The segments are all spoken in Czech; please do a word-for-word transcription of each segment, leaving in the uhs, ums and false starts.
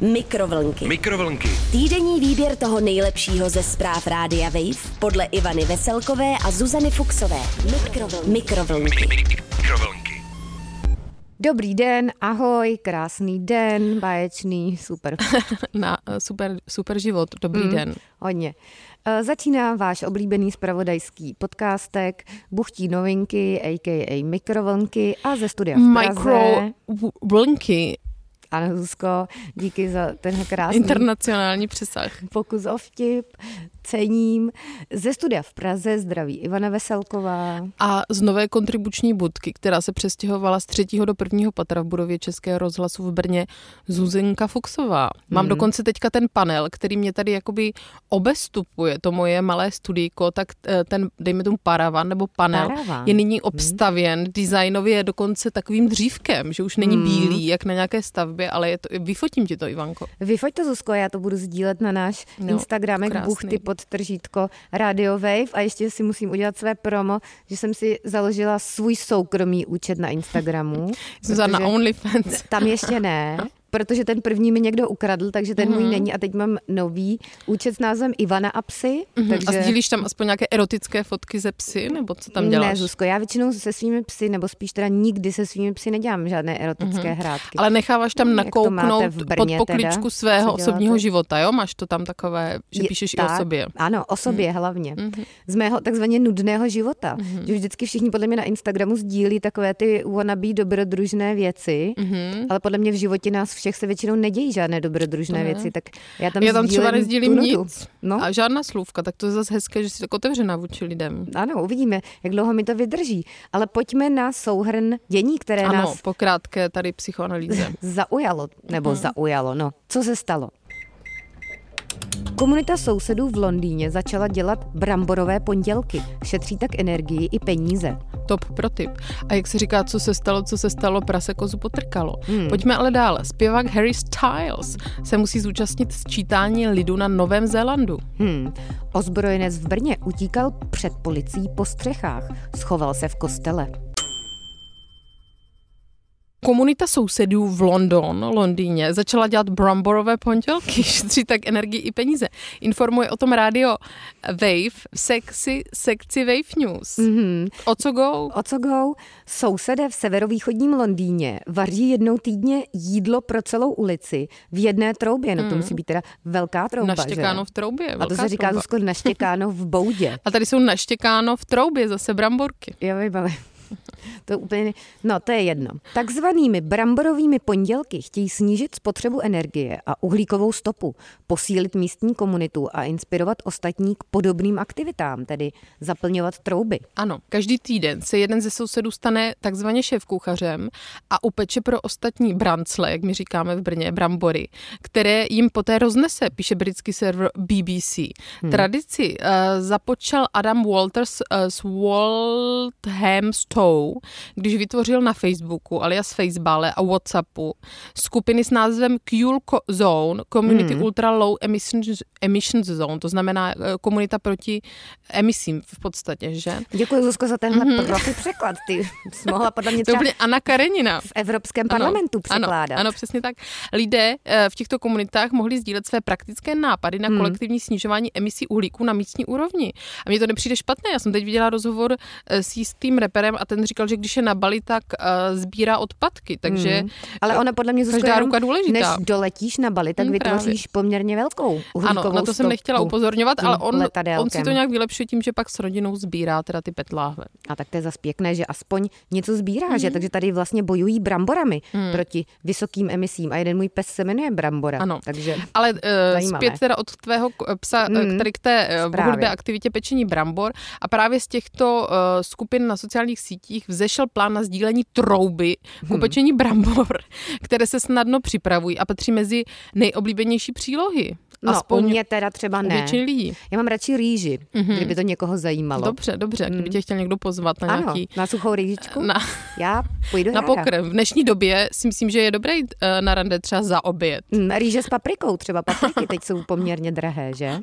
Mikrovlnky. Mikrovlnky. Týdenní výběr toho nejlepšího ze zpráv Rádia Wave podle Ivany Veselkové a Zuzany Fuxové. Mikrovlnky. Mikrovlnky. Mikrovlnky. Dobrý den, ahoj, krásný den, báječný, super. Na super, super život, dobrý mm, den. Hodně. Začíná váš oblíbený zpravodajský podcastek Buchtí novinky, a k a. Mikrovlnky a ze studia v Praze. Mikrovlnky. Ano, Zuzko, díky za tenhle krásný internacionální přesah. Pokus o vtip, cením. Ze studia v Praze zdraví Ivana Veselková. A z nové kontribuční budky, která se přestěhovala z třetího do prvního patra v budově Českého rozhlasu v Brně, Zuzenka Fuxová. Mám hmm. dokonce teďka ten panel, který mě tady jakoby obestupuje, to moje malé studijko, tak ten, dejme tomu paravan nebo panel, paravan. je nyní obstavěn hmm. designově dokonce takovým dřívkem, že už není hmm. bílý, jak na nějaké stavbě, ale je to, vyfotím ti to, Ivanko. Vyfoť to, Zuzko, já to budu sdílet na náš no, Instagramek Buchty podtržítko Radio Wave a ještě si musím udělat své promo, že jsem si založila svůj soukromý účet na Instagramu. Zuzana na OnlyFans. Tam ještě ne. Protože ten první mi někdo ukradl, takže ten mm-hmm. můj není a teď mám nový účet s názvem Ivana a psy. Mm-hmm. Takže... A sdílíš tam aspoň nějaké erotické fotky ze psy, nebo co tam děláš? Ne, Zuzko, já většinou se svými psy, nebo spíš teda nikdy se svými psy nedělám žádné erotické mm-hmm. hrátky. Ale necháváš tam nakouknout Brně, pod pokličku teda, svého osobního života, jo? Máš to tam takové, že Je, píšeš tak, i o sobě. Ano, o sobě mm-hmm. hlavně. Mm-hmm. Z mého takzvaně nudného života. Mm-hmm. Že vždycky všichni podle mě na Instagramu sdílí takové ty wannabe dobrodružné věci, mm-hmm. ale podle mě v životě nás všech se většinou nedějí žádné dobrodružné to věci, tak já tam, já tam třeba nezdílím nic no? a žádná slůvka, tak to je zase hezké, že jsi tak otevřená vůči lidem. Ano, uvidíme, jak dlouho mi to vydrží, ale pojďme na souhrn dění, které ano, nás... Ano, po krátké tady psychoanalýze. zaujalo, nebo hmm. zaujalo, no. Co se stalo? Komunita sousedů v Londýně začala dělat bramborové pondělky. Šetří tak energii i peníze. Top pro tip. A jak se říká, co se stalo, co se stalo, prase kozu potrkalo. Hmm. Pojďme ale dále. Zpěvák Harry Styles se musí zúčastnit sčítání lidu na Novém Zélandu. Hmm. Ozbrojenec v Brně utíkal před policií po střechách. Schoval se v kostele. Komunita sousedů v London, Londýně začala dělat bramborové pondělky, šetří tak energii i peníze. Informuje o tom rádio Wave v sekci, sekci Wave News. Mm-hmm. O co go? O co go? Sousedé v severovýchodním Londýně vaří jednou týdně jídlo pro celou ulici v jedné troubě. No to mm. musí být teda velká trouba, naštěkáno že? v troubě. A to se říká Zuzko naštěkáno v boudě. A tady jsou naštěkáno v troubě zase bramborky. Jo, vybavím. To úplně, no to je jedno. Takzvanými bramborovými pondělky chtějí snížit spotřebu energie a uhlíkovou stopu, posílit místní komunitu a inspirovat ostatní k podobným aktivitám, tedy zaplňovat trouby. Ano, každý týden se jeden ze sousedů stane takzvaně šéfkuchařem a upeče pro ostatní brancle, jak my říkáme v Brně, brambory, které jim poté roznese, píše britský server B B C. Hmm. Tradici uh, započal Adam Walters uh, z Waltham Stowe, když vytvořil na Facebooku, alias Faceboale a Whatsappu skupiny s názvem Cool Zone, Community hmm. Ultra Low Emissions, Emissions Zone, to znamená komunita proti emisím v podstatě, že? Děkuji, Zuzko, za tenhle mm-hmm. profi překlad. Ty jsi mohla podle mě třeba to Anna Karenina v Evropském parlamentu ano, překládat. Ano, ano, přesně tak. Lidé v těchto komunitách mohli sdílet své praktické nápady na hmm. kolektivní snižování emisí uhlíku na místní úrovni. A mně to nepřijde špatné. Já jsem teď viděla rozhovor s jistým reperem a ten říkal, že když je na Bali, tak uh, sbírá odpadky, takže hmm. Ale ona podle mě, Zuzko, každá ruka důležitá. Než doletíš na Bali, tak hmm, vytvoříš právě poměrně velkou uhlíkovou Ano, na to stopu. Jsem nechtěla upozorňovat, ale on, on si to nějak vylepšuje tím, že pak s rodinou sbírá teda ty petláhve. A tak to je zas pěkné, že aspoň něco sbírá, hmm. že? Takže tady vlastně bojují bramborami hmm. proti vysokým emisím a jeden můj pes se jmenuje Brambora. Ano, takže ale uh, zpět teda od tvého psa hmm. tady k té uh, bohulibé aktivitě pečení brambor a právě z těchto uh, skupin na sociálních sítích vzešel plán na sdílení trouby k pečení brambor, které se snadno připravují a patří mezi nejoblíbenější přílohy. No, Aspoň u mě teda třeba ne. Většiny lidí. Já mám radši rýži, mm-hmm. kdyby to někoho zajímalo. Dobře, dobře, kdyby tě chtěl někdo pozvat na ano, nějaký... na suchou rýžičku? Na... Já půjdu Na ráda. pokrm. V dnešní době si myslím, že je dobré jít uh, na rande třeba za oběd. Mm, rýže s paprikou, třeba papriky teď jsou poměrně drahé, že?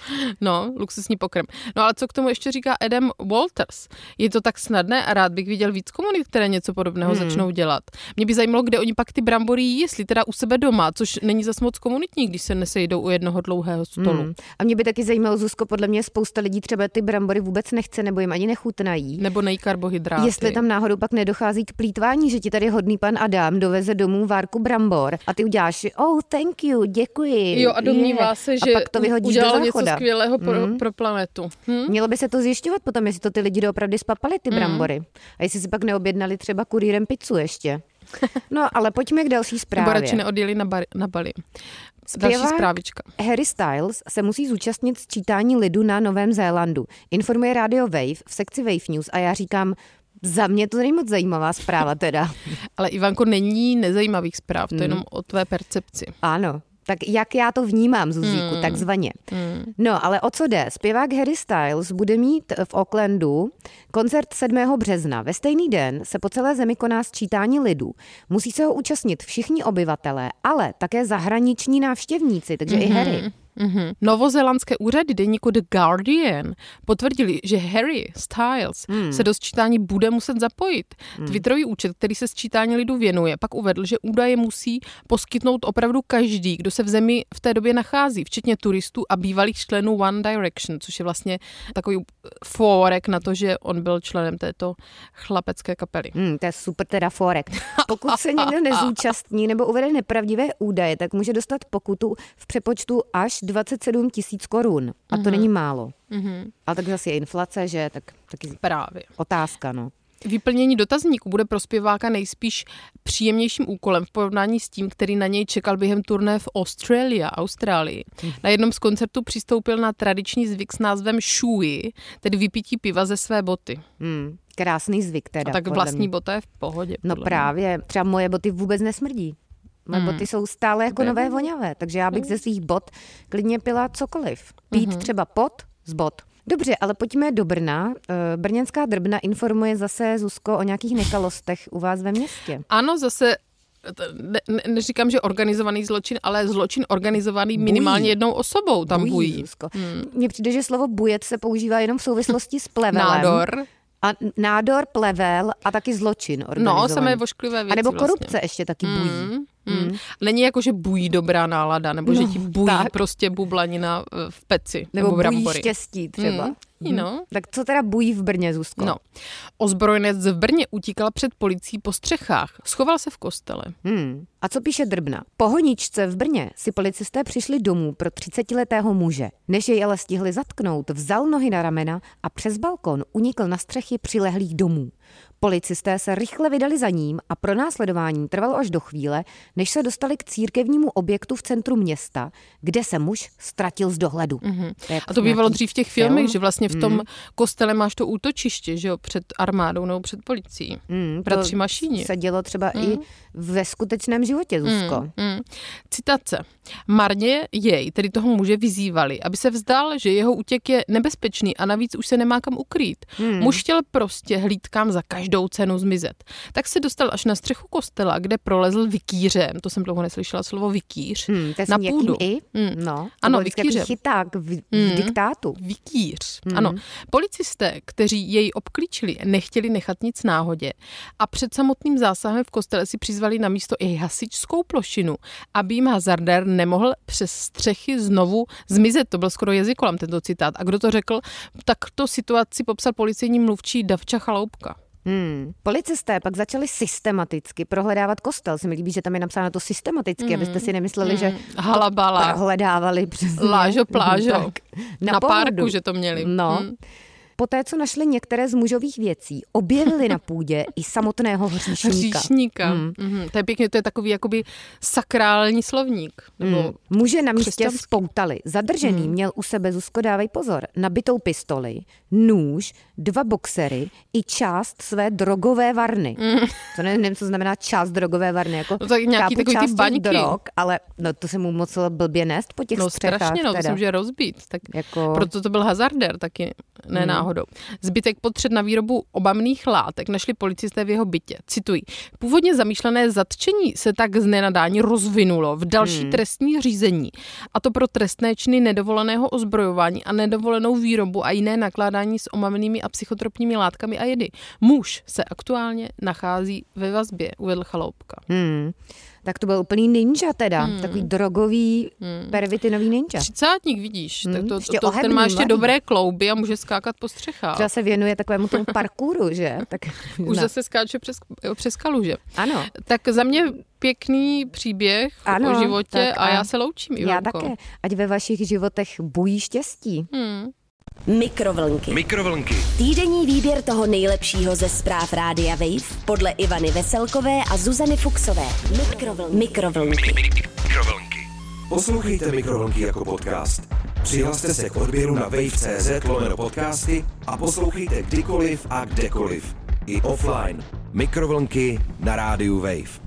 No, luxusní pokrm. No ale co k tomu ještě říká Adam Walters? Je to tak snadné a rád bych viděl víc komunit, které něco podobného hmm. začnou dělat. Mě by zajímalo, kde oni pak ty brambory jí, jestli teda u sebe doma, což není zas moc komunitní, když se nesejdou u jednoho dlouhého stolu. Hmm. A mě by taky zajímalo, Zuzko, podle mě spousta lidí třeba ty brambory vůbec nechce, nebo jim ani nechutnají. Nebo nejí karbohydráty. Jestli tam náhodou pak nedochází k plýtvání, že ti tady hodný pan Adam doveze domů várku brambor a ty uděláš, oh, thank you, děkuji. Jo, a domnívá yeah. se, že a pak to vyhodíš udělal do záchoda. něco skvělého pro, mm. pro planetu. Hm? Mělo by se to zjišťovat potom, jestli to ty lidi doopravdy spapali, ty mm. brambory. A jestli si pak neobjednali třeba kurýrem pizzu ještě. No, ale pojďme k další zprávě. Nebo radši neodjeli na, bar, na Bali. Další zprávička. Harry Styles se musí zúčastnit sčítání lidu na Novém Zélandu. Informuje Radio Wave v sekci Wave News a já říkám, za mě to není moc zajímavá zpráva teda. Ale Ivanko, není nezajímavých zpráv, to je hmm. jenom o tvé percepci. Ano. Tak jak já to vnímám, Zuzíku, hmm. takzvaně. Hmm. No, ale o co jde? Zpěvák Harry Styles bude mít v Aucklandu koncert sedmého března. Ve stejný den se po celé zemi koná sčítání lidu. Musí se ho účastnit všichni obyvatelé, ale také zahraniční návštěvníci, takže mm-hmm. i Harry. Mm-hmm. Novozélandské úřady deníku The Guardian potvrdili, že Harry Styles mm. se do sčítání bude muset zapojit. Mm. Twitterový účet, který se sčítání lidu věnuje, pak uvedl, že údaje musí poskytnout opravdu každý, kdo se v zemi v té době nachází, včetně turistů a bývalých členů One Direction, což je vlastně takový fórek na to, že on byl členem této chlapecké kapely. Mm, to je super teda fórek. Pokud se někdo nezúčastní nebo uvede nepravdivé údaje, tak může dostat pokutu v přepočtu až dvacet sedm tisíc korun. A to mm-hmm. není málo. Mm-hmm. Ale tak zase je inflace, že? Tak taky právě otázka, no. Vyplnění dotazníku bude pro zpěváka nejspíš příjemnějším úkolem v porovnání s tím, který na něj čekal během turné v Australia, Austrálii. Mm. Na jednom z koncertů přistoupil na tradiční zvyk s názvem shui, tedy vypití piva ze své boty. Mm. Krásný zvyk teda. A tak vlastní mě. Bota je v pohodě. No právě, třeba moje boty vůbec nesmrdí. Moje mm. boty jsou stále jako nové voňavé, takže já bych mm. ze svých bot klidně pila cokoliv. Pít mm-hmm. třeba pot z bot. Dobře, ale pojďme do Brna. Brněnská Drbna informuje zase, Zuzko, o nějakých nekalostech u vás ve městě. Ano, zase ne, ne, neříkám, že organizovaný zločin, ale zločin organizovaný bují. Minimálně jednou osobou tam bují. bují. Zuzko. Hmm. Mně přijde, že slovo bujet se používá jenom v souvislosti s plevelem. Nádor. A nádor, plevel a taky zločin organizovaný. No, samé vošklivé věci. A nebo korupce vlastně. Ještě taky bují. Mm, mm. Mm. Není jako, že bují dobrá nálada, nebo no, že ti bují tak. prostě bublanina v peci. Nebo, nebo bují brambory. Štěstí třeba. Mm. No. Tak co teda bují v Brně, Zuzko? No. Ozbrojenec v Brně utíkal před policií po střechách. Schoval se v kostele. Hmm. A co píše Drbna? Po honičce v Brně si policisté přišli domů pro třicetiletého muže. Než jej ale stihli zatknout, vzal nohy na ramena a přes balkon unikl na střechy přilehlých domů. Policisté se rychle vydali za ním a pronásledování trvalo až do chvíle, než se dostali k církevnímu objektu v centru města, kde se muž ztratil z dohledu. Mm-hmm. To a to bývalo dřív v těch filmech, film? Že vlastně v tom mm. kostele máš to útočiště, že jo, před armádou nebo před policií. Mm, Bratři Mašíni. Se dělo třeba mm. i ve skutečném životě, Zuzko. Mm, mm. Citace. Marně jej, tedy toho muže, vyzývali, aby se vzdal, že jeho útěk je nebezpečný a navíc už se nemá kam ukrýt. Mm. Muž chtěl prostě hlídkám za každou cenu zmizet. Tak se dostal až na střechu kostela, kde prolezl vikýřem, to jsem dlouho neslyšela slovo vikýř, hmm, na půdu. I? Hmm. No, ano, vikýřem. Chyták v, v hmm. diktátu. Vikýř, hmm. ano. Policisté, kteří jej obklíčili, nechtěli nechat nic náhodě a před samotným zásahem v kostele si přizvali na místo i hasičskou plošinu, aby jim hazardér nemohl přes střechy znovu zmizet. To byl skoro jazykolem tento citát. A kdo to řekl? Tak to situaci popsal policejní mluvčí Davča Chaloupka. Hmm. Policisté pak začali systematicky prohledávat kostel. Se mi líbí, že tam je napsáno to systematicky, hmm. abyste si nemysleli, hmm. že halabala prohledávali přesně. Lážo plážo. Tak, na, na parku, že to měli. No. Hmm. Poté, co našli některé z mužových věcí, objevili na půdě i samotného hříšníka. Hříšníka. Hmm. Mm-hmm. To je pěkně, to je takový jakoby sakrální slovník. Nebo hmm. Muže na místě křesťanský. spoutali. Zadržený hmm. měl u sebe, Zuzko, dávej pozor, nabitou pistoli, nůž, dva boxery i část své drogové varny. Mm. To nevím, co znamená část drogové varny. Jako no tak nějaký takový ty baňky. Drog, ale no, to se mu moc blbě nést po těch no, střechách. No strašně, no, teda. to se může rozbít. Tak jako... Proto to byl hazarder, taky ne hmm. náhodou. Zbytek potřeb na výrobu obamných látek našli policisté v jeho bytě. Cituji. Původně zamýšlené zatčení se tak z nenadání rozvinulo v další hmm. trestní řízení. A to pro trestné činy nedovoleného ozbrojování a nedovolenou výrobu a jiné nakládání s omamnými a psychotropními látkami a jedy. Muž se aktuálně nachází ve vazbě, uvedl Chaloupka. Hmm. Tak to byl úplný ninja teda, hmm. takový drogový hmm. pervitinový ninja. Třicátník, vidíš, hmm. tak to, ještě to, ohebný, ten má ještě malý. Dobré klouby a může skákat po střechách. Třeba se věnuje takovému tomu parkouru, že? Tak, už zase skáče přes, přes kaluže. Ano. Tak za mě pěkný příběh ano, o životě a, a já se loučím, Ivanko. Já také. Ať ve vašich životech bují štěstí. Hmm. Mikrovlnky. Mikrovlnky. Týdenní výběr toho nejlepšího ze zpráv Rádia Wave podle Ivany Veselkové a Zuzany Fuksové. Mikrovlnky. Mikrovlnky. Mikrovlnky. Poslouchejte Mikrovlnky jako podcast. Přihlaste se k odběru na wave tečka cé zet lomeno podcasty a poslouchejte kdykoliv a kdekoliv. I offline. Mikrovlnky na rádiu Wave.